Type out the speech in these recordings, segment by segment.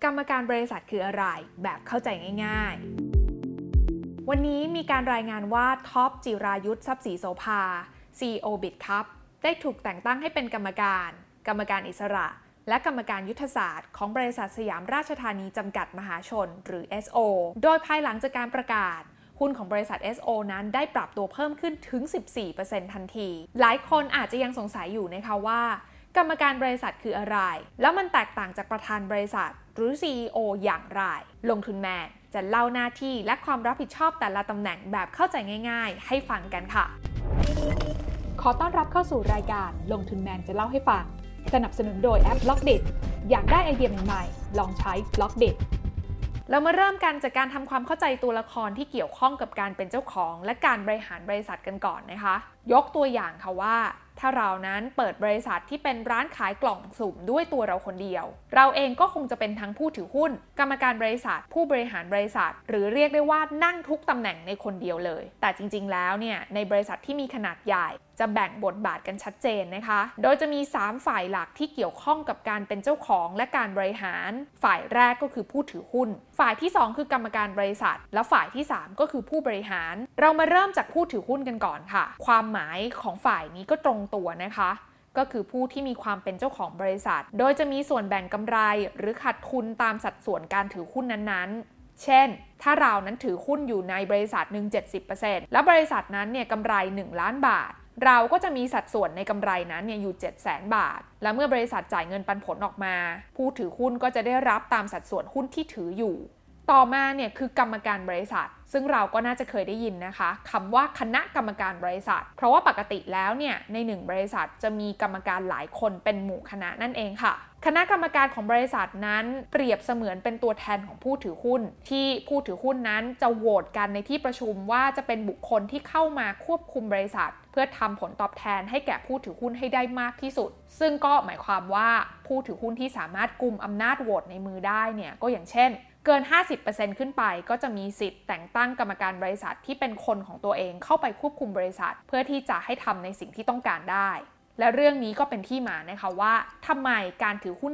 กรรมการบริษัทคืออะไรแบบเข้าใจง่ายๆวันนี้มีการรายงานว่าท็อปจิรายุทธทรัพย์ศรีโสภา CEO BidCup ได้ถูกแต่งตั้งให้เป็นกรรมการอิสระและกรรมการยุทธศาสตร์ของบริษัทสยามราชธานีจำกัดมหาชนหรือ SO โดยภายหลังจากการประกาศหุ้นของบริษัท SO นั้นได้ปรับตัวเพิ่มขึ้นถึง 14% ทันทีหลายคนอาจจะยังสงสัยอยู่นะคะว่ากรรมการบริษัทคืออะไรแล้วมันแตกต่างจากประธานบริษัทหรือ CEO อย่างไรลงทุนแมนจะเล่าหน้าที่และความรับผิดชอบแต่ละตำแหน่งแบบเข้าใจง่ายๆให้ฟังกันค่ะขอต้อนรับเข้าสู่รายการลงทุนแมนจะเล่าให้ฟังสนับสนุนโดยแอป Blockdit อยากได้ไอเดียใหม่ๆลองใช้ Blockdit เรามาเริ่มกันจากการทำความเข้าใจตัวละครที่เกี่ยวข้องกับการเป็นเจ้าของและการบริหารบริษัทกันก่อนนะคะยกตัวอย่างค่ะว่าถ้าเรานั้นเปิดบริษัทที่เป็นร้านขายกล่องสุ่มด้วยตัวเราคนเดียวเราเองก็คงจะเป็นทั้งผู้ถือหุ้นกรรมการบริษัทผู้บริหารบริษัทหรือเรียกได้ว่านั่งทุกตำแหน่งในคนเดียวเลยแต่จริงๆแล้วเนี่ยในบริษัทที่มีขนาดใหญ่จะแบ่งบทบาทกันชัดเจนนะคะโดยจะมี3ฝ่ายหลักที่เกี่ยวข้องกับการเป็นเจ้าของและการบริหารฝ่ายแรกก็คือผู้ถือหุ้นฝ่ายที่2คือกรรมการบริษัทและฝ่ายที่3ก็คือผู้บริหารเรามาเริ่มจากผู้ถือหุ้นกันก่อนค่ะความหมายของฝ่ายนี้ก็ตรงตัวนะคะก็คือผู้ที่มีความเป็นเจ้าของบริษัทโดยจะมีส่วนแบ่งกำไรหรือขาดทุนตามสัดส่วนการถือหุ้นนั้นๆเช่นถ้าเรานั้นถือหุ้นอยู่ในบริษัทหนึ่ง 70% แล้วบริษัทนั้นเนี่ยกำไร1 ล้านบาทเราก็จะมีสัดส่วนในกำไรนั้นเนี่ยอยู่ 700,000 บาทและเมื่อบริษัทจ่ายเงินปันผลออกมาผู้ถือหุ้นก็จะได้รับตามสัดส่วนหุ้นที่ถืออยู่ต่อมาเนี่ยคือกรรมการบริษัทซึ่งเราก็น่าจะเคยได้ยินนะคะคำว่าคณะกรรมการบริษัทเพราะว่าปกติแล้วเนี่ยใน1บริษัทจะมีกรรมการหลายคนเป็นหมู่คณะนั่นเองค่ะคณะกรรมการของบริษัทนั้นเปรียบเสมือนเป็นตัวแทนของผู้ถือหุ้นที่ผู้ถือหุ้นนั้นจะโหวตกันในที่ประชุมว่าจะเป็นบุคคลที่เข้ามาควบคุมบริษัทเพื่อทำผลตอบแทนให้แก่ผู้ถือหุ้นให้ได้มากที่สุดซึ่งก็หมายความว่าผู้ถือหุ้นที่สามารถกุมอำนาจโหวตในมือได้เนี่ยก็อย่างเช่นเกิน 50% ขึ้นไปก็จะมีสิทธิ์แต่งตั้งกรรมการบริษัทที่เป็นคนของตัวเองเข้าไปควบคุมบริษัทเพื่อที่จะให้ทำในสิ่งที่ต้องการได้และเรื่องนี้ก็เป็นที่มานะคะว่าทำไมการถือหุ้น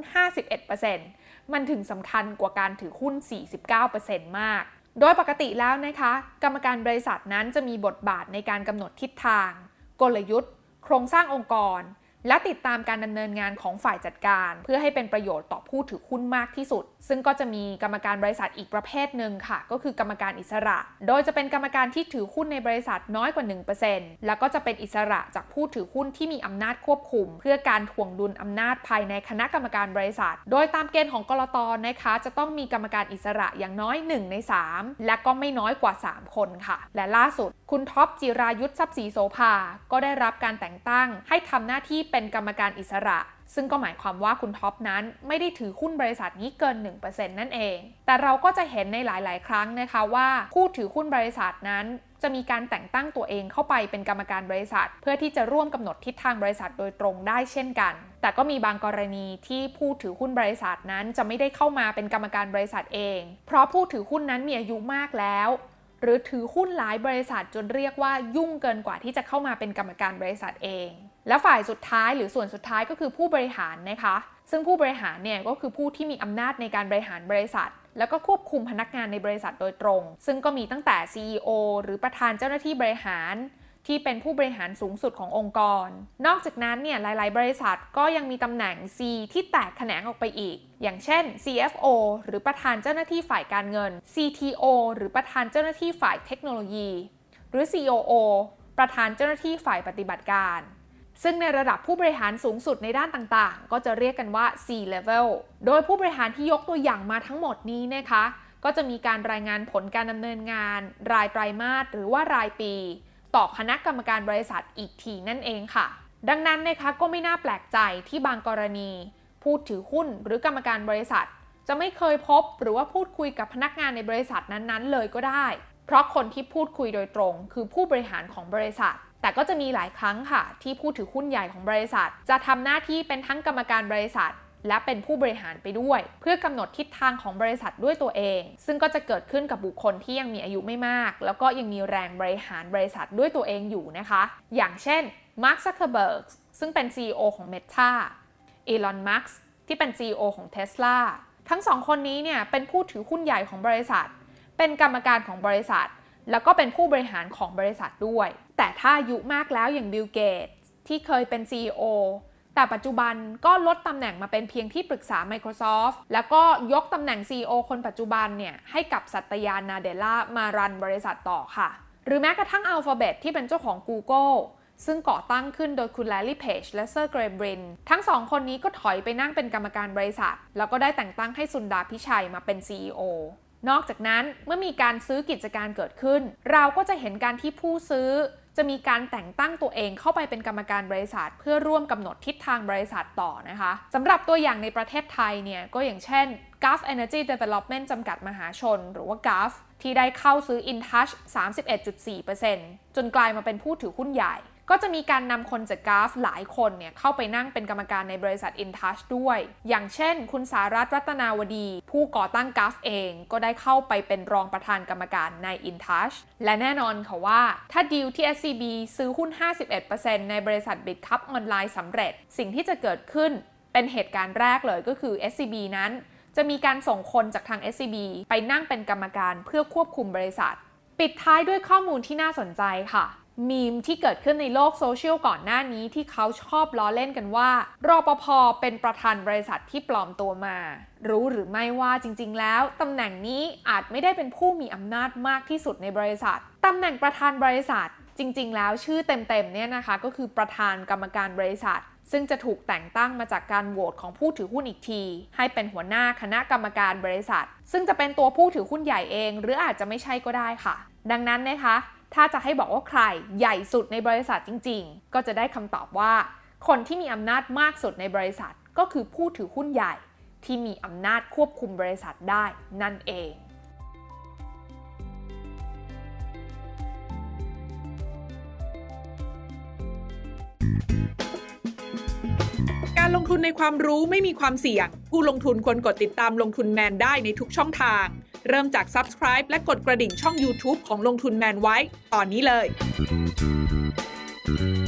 51% มันถึงสำคัญกว่าการถือหุ้น 49% มากโดยปกติแล้วนะคะกรรมการบริษัทนั้นจะมีบทบาทในการกำหนดทิศทางกลยุทธ์โครงสร้างองค์กรและติดตามการดำเนินงานของฝ่ายจัดการเพื่อให้เป็นประโยชน์ต่อผู้ถือหุ้นมากที่สุดซึ่งก็จะมีกรรมการบริษัทอีกประเภทหนึ่งค่ะก็คือกรรมการอิสระโดยจะเป็นกรรมการที่ถือหุ้นในบริษัทน้อยกว่า 1% แล้วก็จะเป็นอิสระจากผู้ถือหุ้นที่มีอำนาจควบคุมเพื่อการถ่วงดุลอำนาจภายในคณะกรรมการบริษัทโดยตามเกณฑ์ของกลต.นะคะจะต้องมีกรรมการอิสระอย่างน้อย1 ใน 3และก็ไม่น้อยกว่า3 คนค่ะและล่าสุดคุณท็อปจิรายุทธทรัพย์ศรีโสภาก็ได้รับการแต่งตั้งให้ทำหน้าที่เป็นกรรมการอิสระซึ่งก็หมายความว่าคุณท็อปนั้นไม่ได้ถือหุ้นบริษัทนี้เกิน 1% นั่นเองแต่เราก็จะเห็นในหลายๆครั้งนะคะว่าผู้ถือหุ้นบริษัทนั้นจะมีการแต่งตั้งตัวเองเข้าไปเป็นกรรมการบริษัทเพื่อที่จะร่วมกำหนดทิศทางบริษัทโดยตรงได้เช่นกันแต่ก็มีบางกรณีที่ผู้ถือหุ้นบริษัทนั้นจะไม่ได้เข้ามาเป็นกรรมการบริษัทเองเพราะผู้ถือหุ้นนั้นมีอายุมากแล้วหรือถือหุ้นหลายบริษัทจนเรียกว่ายุ่งเกินกว่าที่จะเข้ามาเป็นกรรมการบริษัทเองและฝ่ายสุดท้ายหรือส่วนสุดท้ายก็คือผู้บริหารนะคะซึ่งผู้บริหารเนี่ยก็คือผู้ที่มีอำนาจในการบริหารบริษัทแล้วก็ควบคุมพนักงานในบริษัทโดยตรงซึ่งก็มีตั้งแต่ CEO หรือประธานเจ้าหน้าที่บริหารที่เป็นผู้บริหารสูงสุดขององค์กรนอกจากนั้นเนี่ยหลายๆบริษัทก็ยังมีตำแหน่ง C ที่แตกแขนงออกไปอีกอย่างเช่น CFO หรือประธานเจ้าหน้าที่ฝ่ายการเงิน CTO หรือประธานเจ้าหน้าที่ฝ่ายเทคโนโลยีหรือ COO ประธานเจ้าหน้าที่ฝ่ายปฏิบัติการซึ่งในระดับผู้บริหารสูงสุดในด้านต่างๆก็จะเรียกกันว่า C-level โดยผู้บริหารที่ยกตัวอย่างมาทั้งหมดนี้นะคะก็จะมีการรายงานผลการดำเนินงานรายไตรมาสหรือว่ารายปีต่อคณะกรรมการบริษัทอีกทีนั่นเองค่ะดังนั้นนะคะก็ไม่น่าแปลกใจที่บางกรณีผู้ถือหุ้นหรือกรรมการบริษัทจะไม่เคยพบหรือว่าพูดคุยกับพนักงานในบริษัทนั้นๆเลยก็ได้เพราะคนที่พูดคุยโดยตรงคือผู้บริหารของบริษัทแต่ก็จะมีหลายครั้งค่ะที่ผู้ถือหุ้นใหญ่ของบริษัทจะทำหน้าที่เป็นทั้งกรรมการบริษัทและเป็นผู้บริหารไปด้วยเพื่อกำหนดทิศทางของบริษัทด้วยตัวเองซึ่งก็จะเกิดขึ้นกับบุคคลที่ยังมีอายุไม่มากแล้วก็ยังมีแรงบริหารบริษัทด้วยตัวเองอยู่นะคะอย่างเช่นมาร์ค ซักเคอร์เบิร์กซึ่งเป็น CEO ของ Meta อีลอน มัสก์ที่เป็น CEO ของ Tesla ทั้งสองคนนี้เนี่ยเป็นผู้ถือหุ้นใหญ่ของบริษัทเป็นกรรมการของบริษัทแล้วก็เป็นผู้บริหารของบริษัทด้วยแต่ถ้าอายุมากแล้วอย่างบิล เกตส์ที่เคยเป็น CEO แต่ปัจจุบันก็ลดตำแหน่งมาเป็นเพียงที่ปรึกษา Microsoft แล้วก็ยกตำแหน่ง CEO คนปัจจุบันเนี่ยให้กับสัตยา นาเดลล่ามารันบริษัทต่อค่ะหรือแม้กระทั่ง Alphabet ที่เป็นเจ้าของ Google ซึ่งก่อตั้งขึ้นโดยคุณแลรี่ เพจและเซอร์ เกรย์ บรินทั้งสองคนนี้ก็ถอยไปนั่งเป็นกรรมการบริษัทแล้วก็ได้แต่งตั้งให้สุนดาพิชัยมาเป็น CEO นอกจากนั้นเมื่อมีการซื้อกิจการเกิดขึ้นเราก็จะเห็นการที่ผู้ซื้อจะมีการแต่งตั้งตัวเองเข้าไปเป็นกรรมการบริษัทเพื่อร่วมกำหนดทิศทางบริษัทต่อนะคะสำหรับตัวอย่างในประเทศไทยเนี่ยก็อย่างเช่น Gulf Energy Development จำกัดมหาชนหรือว่า Gulf ที่ได้เข้าซื้อ InTouch 31.4% จนกลายมาเป็นผู้ถือหุ้นใหญ่ก็จะมีการนำคนจาก Gulf หลายคนเนี่ยเข้าไปนั่งเป็นกรรมการในบริษัท InTouch ด้วยอย่างเช่นคุณสารัตน์รัตนาวดีผู้ก่อตั้ง Gulf เองก็ได้เข้าไปเป็นรองประธานกรรมการใน InTouch และแน่นอนค่ะว่าถ้าดีลที่ SCB ซื้อหุ้น 51% ในบริษัท BidCup ออนไลน์สำเร็จสิ่งที่จะเกิดขึ้นเป็นเหตุการณ์แรกเลยก็คือ SCB นั้นจะมีการส่งคนจากทาง SCB ไปนั่งเป็นกรรมการเพื่อควบคุมบริษัทปิดท้ายด้วยข้อมูลที่น่าสนใจค่ะมีมที่เกิดขึ้นในโลกโซเชียลก่อนหน้านี้ที่เขาชอบล้อเล่นกันว่ารปภ.เป็นประธานบริษัทที่ปลอมตัวมารู้หรือไม่ว่าจริงๆแล้วตำแหน่งนี้อาจไม่ได้เป็นผู้มีอำนาจมากที่สุดในบริษัทตำแหน่งประธานบริษัทจริงๆแล้วชื่อเต็มๆเนี่ยนะคะก็คือประธานกรรมการบริษัทซึ่งจะถูกแต่งตั้งมาจากการโหวตของผู้ถือหุ้นอีกทีให้เป็นหัวหน้าคณะกรรมการบริษัทซึ่งจะเป็นตัวผู้ถือหุ้นใหญ่เองหรืออาจจะไม่ใช่ก็ได้ค่ะดังนั้นนะคะถ้าจะให้บอกว่าใครใหญ่สุดในบริษัทจริงๆก็จะได้คำตอบว่าคนที่มีอำนาจมากสุดในบริษัทก็คือผู้ถือหุ้นใหญ่ที่มีอำนาจควบคุมบริษัทได้นั่นเองการลงทุนในความรู้ไม่มีความเสี่ยงผู้ลงทุนควรกดติดตามลงทุนแมนได้ในทุกช่องทางเริ่มจาก Subscribe และกดกระดิ่งช่อง YouTube ของลงทุนแมนไว้ตอนนี้เลย